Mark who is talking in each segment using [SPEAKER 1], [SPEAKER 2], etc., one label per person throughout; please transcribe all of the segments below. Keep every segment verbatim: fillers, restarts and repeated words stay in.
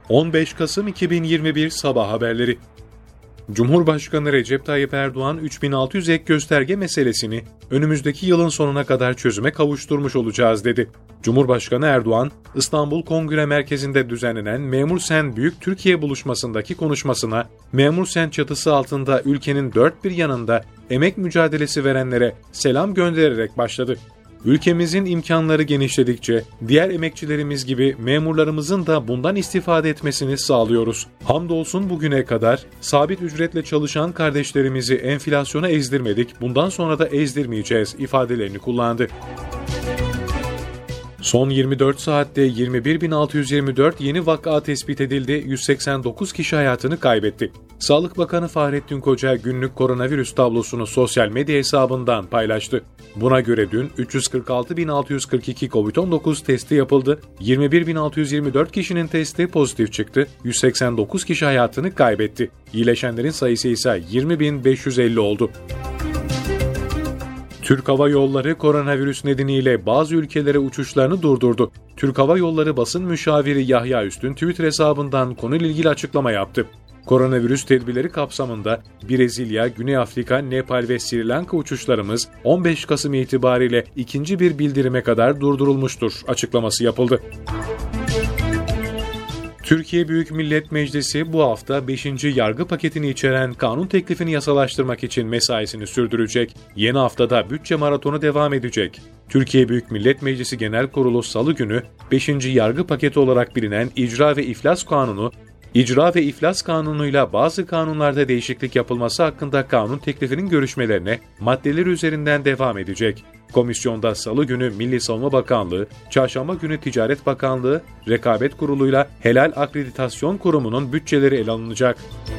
[SPEAKER 1] on beş Kasım iki bin yirmi bir Sabah haberleri. Cumhurbaşkanı Recep Tayyip Erdoğan üç bin altı yüz ek gösterge meselesini önümüzdeki yılın sonuna kadar çözüme kavuşturmuş olacağız dedi. Cumhurbaşkanı Erdoğan, İstanbul Kongre Merkezi'nde düzenlenen Memur Sen Büyük Türkiye buluşmasındaki konuşmasına, Memur Sen çatısı altında ülkenin dört bir yanında emek mücadelesi verenlere selam göndererek başladı. Ülkemizin imkanları genişledikçe diğer emekçilerimiz gibi memurlarımızın da bundan istifade etmesini sağlıyoruz. Hamdolsun bugüne kadar sabit ücretle çalışan kardeşlerimizi enflasyona ezdirmedik, bundan sonra da ezdirmeyeceğiz ifadelerini kullandı. Son yirmi dört saatte yirmi bir bin altı yüz yirmi dört yeni vaka tespit edildi, yüz seksen dokuz kişi hayatını kaybetti. Sağlık Bakanı Fahrettin Koca günlük koronavirüs tablosunu sosyal medya hesabından paylaştı. Buna göre dün üç yüz kırk altı bin altı yüz kırk iki kovid on dokuz testi yapıldı, yirmi bir bin altı yüz yirmi dört kişinin testi pozitif çıktı, yüz seksen dokuz kişi hayatını kaybetti. İyileşenlerin sayısı ise yirmi bin beş yüz elli oldu. Türk Hava Yolları koronavirüs nedeniyle bazı ülkelere uçuşlarını durdurdu. Türk Hava Yolları basın müşaviri Yahya Üstün Twitter hesabından konuyla ilgili açıklama yaptı. Koronavirüs tedbirleri kapsamında Brezilya, Güney Afrika, Nepal ve Sri Lanka uçuşlarımız on beş Kasım itibariyle ikinci bir bildirime kadar durdurulmuştur açıklaması yapıldı. Türkiye Büyük Millet Meclisi bu hafta beşinci yargı paketini içeren kanun teklifini yasalaştırmak için mesaisini sürdürecek. Yeni haftada bütçe maratonu devam edecek. Türkiye Büyük Millet Meclisi Genel Kurulu Salı günü beşinci yargı paketi olarak bilinen İcra ve İflas Kanunu, İcra ve İflas Kanunu'yla bazı kanunlarda değişiklik yapılması hakkında kanun teklifinin görüşmelerine maddeleri üzerinden devam edecek. Komisyonda Salı günü Milli Savunma Bakanlığı, Çarşamba günü Ticaret Bakanlığı, Rekabet Kurulu'yla Helal Akreditasyon Kurumu'nun bütçeleri ele alınacak.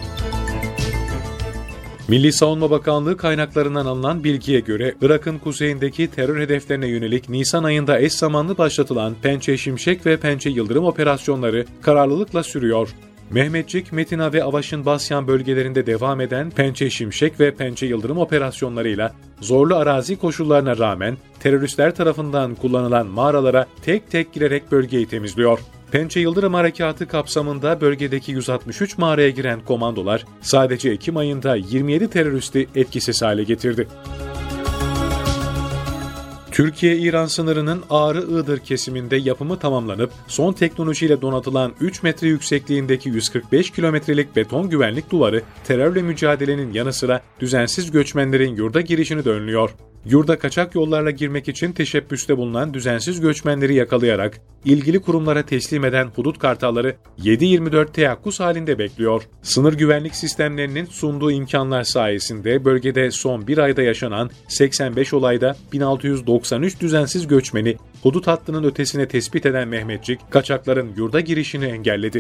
[SPEAKER 1] Milli Savunma Bakanlığı kaynaklarından alınan bilgiye göre Irak'ın kuzeyindeki terör hedeflerine yönelik Nisan ayında eş zamanlı başlatılan Pençe Şimşek ve Pençe Yıldırım operasyonları kararlılıkla sürüyor. Mehmetçik, Metina ve Avaşin Basyan bölgelerinde devam eden Pençe Şimşek ve Pençe Yıldırım operasyonlarıyla zorlu arazi koşullarına rağmen teröristler tarafından kullanılan mağaralara tek tek girerek bölgeyi temizliyor. Pençe Yıldırım Harekatı kapsamında bölgedeki yüz altmış üç mağaraya giren komandolar sadece Ekim ayında yirmi yedi teröristi etkisiz hale getirdi. Türkiye-İran sınırının Ağrı-Iğdır kesiminde yapımı tamamlanıp son teknolojiyle donatılan üç metre yüksekliğindeki yüz kırk beş kilometrelik beton güvenlik duvarı terörle mücadelenin yanı sıra düzensiz göçmenlerin yurda girişini de önlüyor. Yurda kaçak yollarla girmek için teşebbüste bulunan düzensiz göçmenleri yakalayarak ilgili kurumlara teslim eden hudut kartalları yedi yirmi dört teyakkuz halinde bekliyor. Sınır güvenlik sistemlerinin sunduğu imkanlar sayesinde bölgede son bir ayda yaşanan seksen beş olayda bin altı yüz doksan üç düzensiz göçmeni hudut hattının ötesine tespit eden Mehmetçik, kaçakların yurda girişini engelledi.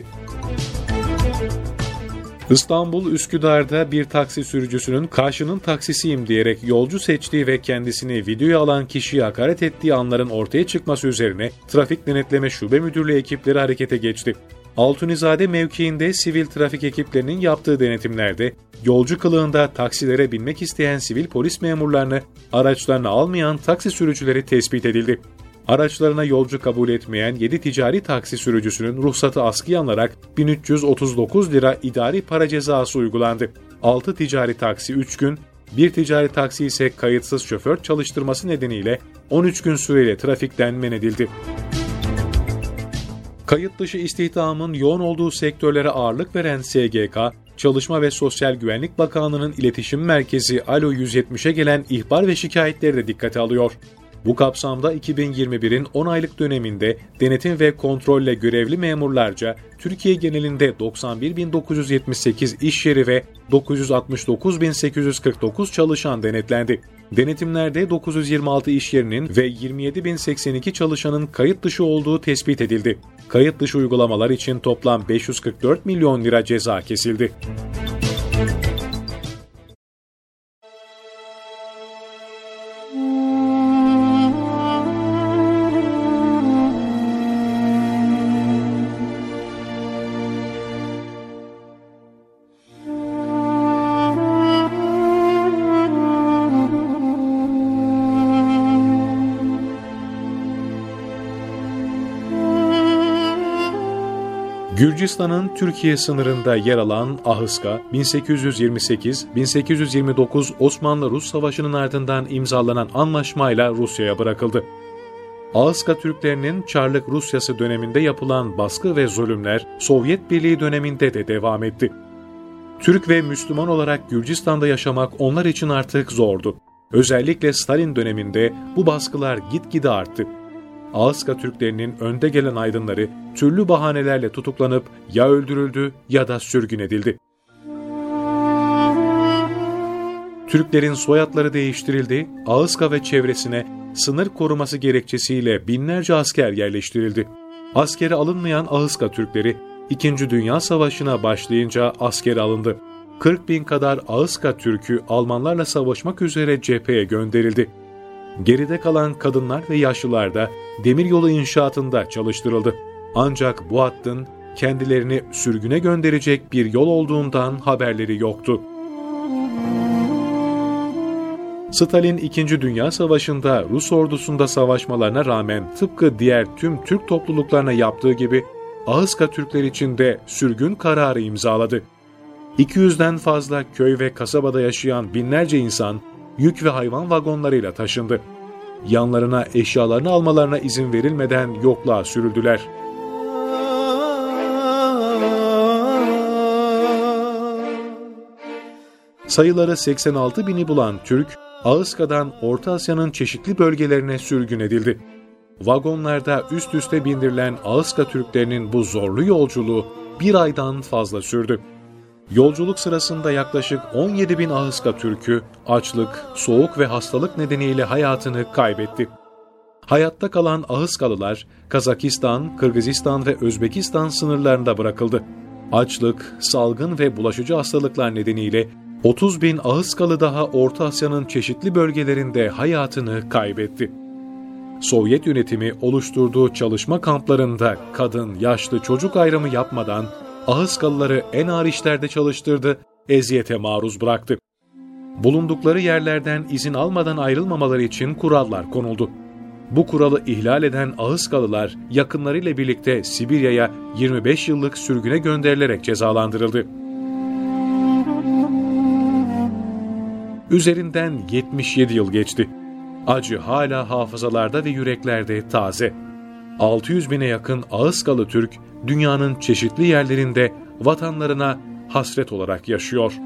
[SPEAKER 1] İstanbul Üsküdar'da bir taksi sürücüsünün karşının taksisiyim diyerek yolcu seçtiği ve kendisini videoya alan kişiye hakaret ettiği anların ortaya çıkması üzerine Trafik Denetleme Şube Müdürlüğü ekipleri harekete geçti. Altunizade mevkiinde sivil trafik ekiplerinin yaptığı denetimlerde yolcu kılığında taksilere binmek isteyen sivil polis memurlarını araçlarına almayan taksi sürücüleri tespit edildi. Araçlarına yolcu kabul etmeyen yedi ticari taksi sürücüsünün ruhsatı askıya alınarak bin üç yüz otuz dokuz lira idari para cezası uygulandı. altı ticari taksi üç gün, bir ticari taksi ise kayıtsız şoför çalıştırması nedeniyle on üç gün süreyle trafikten men edildi. Kayıt dışı istihdamın yoğun olduğu sektörlere ağırlık veren S G K, Çalışma ve Sosyal Güvenlik Bakanlığı'nın iletişim merkezi Alo yüz yetmişe gelen ihbar ve şikayetleri de dikkate alıyor. Bu kapsamda iki bin yirmi birin on aylık döneminde denetim ve kontrolle görevli memurlarca Türkiye genelinde doksan bir bin dokuz yüz yetmiş sekiz iş yeri ve dokuz yüz altmış dokuz bin sekiz yüz kırk dokuz çalışan denetlendi. Denetimlerde dokuz yüz yirmi altı iş yerinin ve yirmi yedi bin seksen iki çalışanın kayıt dışı olduğu tespit edildi. Kayıt dışı uygulamalar için toplam beş yüz kırk dört milyon lira ceza kesildi. Gürcistan'ın Türkiye sınırında yer alan Ahıska, bin sekiz yüz yirmi sekiz bin sekiz yüz yirmi dokuz Osmanlı-Rus Savaşı'nın ardından imzalanan anlaşmayla Rusya'ya bırakıldı. Ahıska Türklerinin Çarlık Rusyası döneminde yapılan baskı ve zulümler Sovyet Birliği döneminde de devam etti. Türk ve Müslüman olarak Gürcistan'da yaşamak onlar için artık zordu. Özellikle Stalin döneminde bu baskılar gitgide arttı. Ahıska Türklerinin önde gelen aydınları türlü bahanelerle tutuklanıp ya öldürüldü ya da sürgün edildi. Türklerin soyadları değiştirildi, Ahıska ve çevresine sınır koruması gerekçesiyle binlerce asker yerleştirildi. Askere alınmayan Ahıska Türkleri, İkinci Dünya Savaşı'na başlayınca askere alındı. kırk bin kadar Ahıska Türk'ü Almanlarla savaşmak üzere cepheye gönderildi. Geride kalan kadınlar ve yaşlılar da demiryolu inşaatında çalıştırıldı. Ancak bu hattın kendilerini sürgüne gönderecek bir yol olduğundan haberleri yoktu. Stalin İkinci Dünya Savaşı'nda Rus ordusunda savaşmalarına rağmen tıpkı diğer tüm Türk topluluklarına yaptığı gibi Ahıska Türkler için de sürgün kararı imzaladı. iki yüzden fazla köy ve kasabada yaşayan binlerce insan yük ve hayvan vagonlarıyla taşındı. Yanlarına eşyalarını almalarına izin verilmeden yokluğa sürüldüler. Sayıları seksen altı bini bulan Türk, Ahıska'dan Orta Asya'nın çeşitli bölgelerine sürgün edildi. Vagonlarda üst üste bindirilen Ahıska Türklerinin bu zorlu yolculuğu bir aydan fazla sürdü. Yolculuk sırasında yaklaşık on yedi bin Ahıska Türk'ü açlık, soğuk ve hastalık nedeniyle hayatını kaybetti. Hayatta kalan Ahıskalılar Kazakistan, Kırgızistan ve Özbekistan sınırlarında bırakıldı. Açlık, salgın ve bulaşıcı hastalıklar nedeniyle otuz bin Ahıskalı daha Orta Asya'nın çeşitli bölgelerinde hayatını kaybetti. Sovyet yönetimi oluşturduğu çalışma kamplarında kadın, yaşlı, çocuk ayrımı yapmadan Ahıskalıları en ağır işlerde çalıştırdı, eziyete maruz bıraktı. Bulundukları yerlerden izin almadan ayrılmamaları için kurallar konuldu. Bu kuralı ihlal eden Ahıskalılar yakınlarıyla birlikte Sibirya'ya yirmi beş yıllık sürgüne gönderilerek cezalandırıldı. Üzerinden yetmiş yedi yıl geçti. Acı hala hafızalarda ve yüreklerde taze. altı yüz bine yakın Ahıskalı Türk, dünyanın çeşitli yerlerinde vatanlarına hasret olarak yaşıyor.